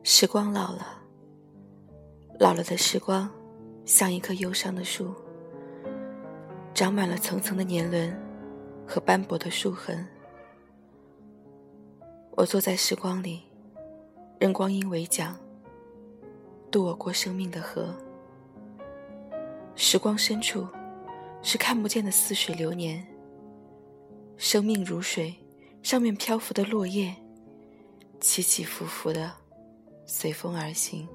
时光老了，老了的时光像一棵忧伤的树，长满了层层的年轮和斑驳的树痕。我坐在时光里，任光阴为桨，渡我过生命的河。时光深处是看不见的似水流年，生命如水，上面漂浮的落叶起起伏伏的随风而行。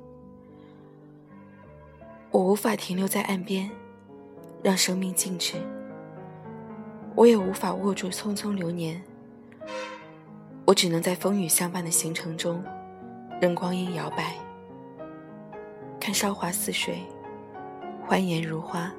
我无法停留在岸边让生命静止，我也无法握住匆匆流年，我只能在风雨相伴的行程中任光阴摇摆，看韶华似水，欢颜如花。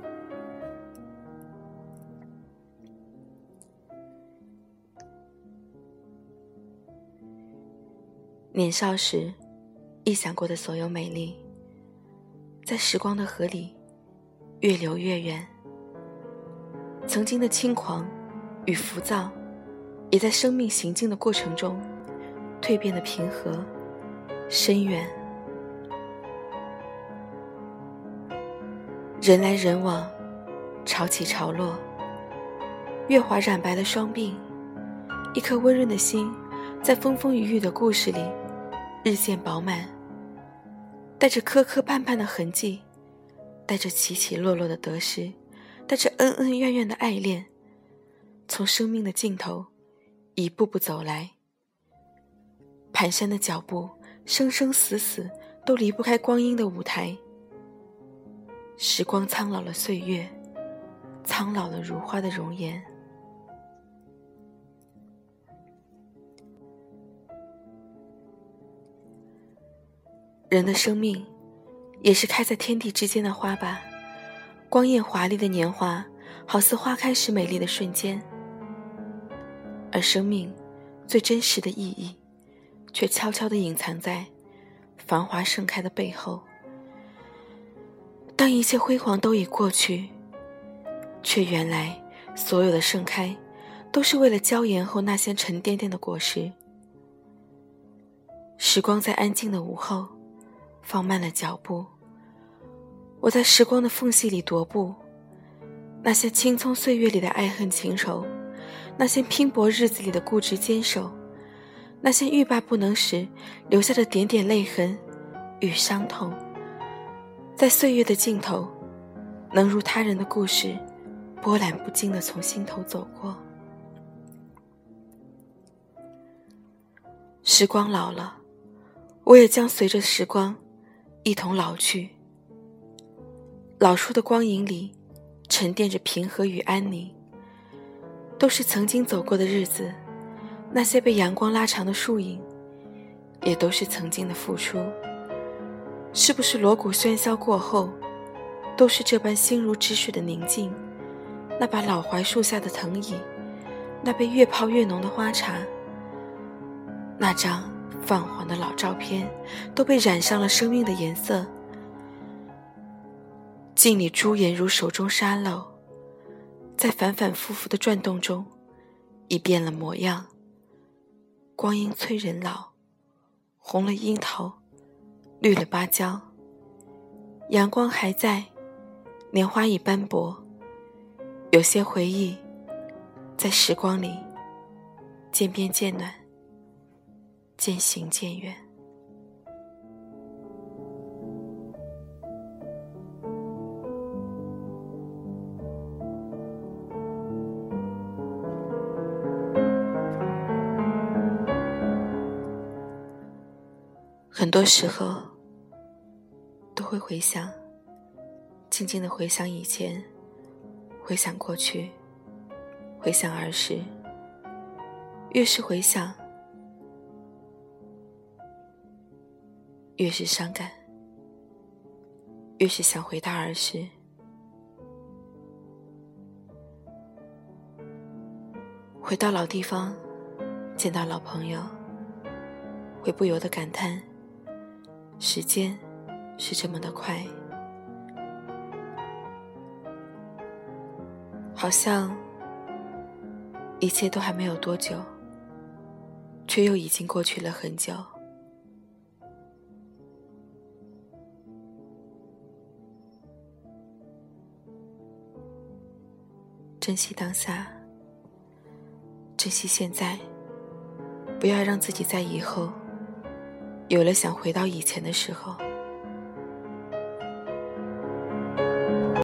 年少时臆想过的所有美丽，在时光的河里越流越远。曾经的轻狂与浮躁，也在生命行进的过程中蜕变的平和深远。人来人往，潮起潮落，月华染白了双鬓，一颗温润的心在风风雨雨的故事里日渐饱满，带着磕磕绊绊的痕迹，带着起起落落的得失，带着恩恩怨怨的爱恋，从生命的尽头一步步走来。蹒跚的脚步，生生死死都离不开光阴的舞台。时光苍老了岁月，苍老了如花的容颜。人的生命也是开在天地之间的花吧，光艳华丽的年华好似花开时美丽的瞬间，而生命最真实的意义却悄悄地隐藏在繁华盛开的背后。当一切辉煌都已过去，却原来所有的盛开都是为了娇妍后那些沉甸甸的果实。时光在安静的午后放慢了脚步，我在时光的缝隙里踱步，那些青葱岁月里的爱恨情仇，那些拼搏日子里的固执坚守，那些欲罢不能时留下的点点泪痕与伤痛，在岁月的尽头，能如他人的故事波澜不惊地从心头走过。时光老了，我也将随着时光一同老去。老树的光影里沉淀着平和与安宁，都是曾经走过的日子，那些被阳光拉长的树影也都是曾经的付出。是不是锣鼓喧嚣过后都是这般心如止水的宁静？那把老槐树下的藤椅，那杯越泡越浓的花茶，那张泛黄的老照片都被染上了生命的颜色。镜里朱颜如手中沙漏，在反反复复的转动中已变了模样。光阴催人老，红了樱桃，绿了芭蕉，阳光还在，年华已斑驳，有些回忆在时光里渐变渐暖，渐行渐远。很多时候都会回想，静静地回想以前，回想过去，回想儿时。越是回想，越是伤感，越是想回到儿时。回到老地方，见到老朋友，会不由得感叹，时间是这么的快，好像一切都还没有多久，却又已经过去了很久。 珍惜当下，珍惜现在，不要让自己在以后有了想回到以前的时候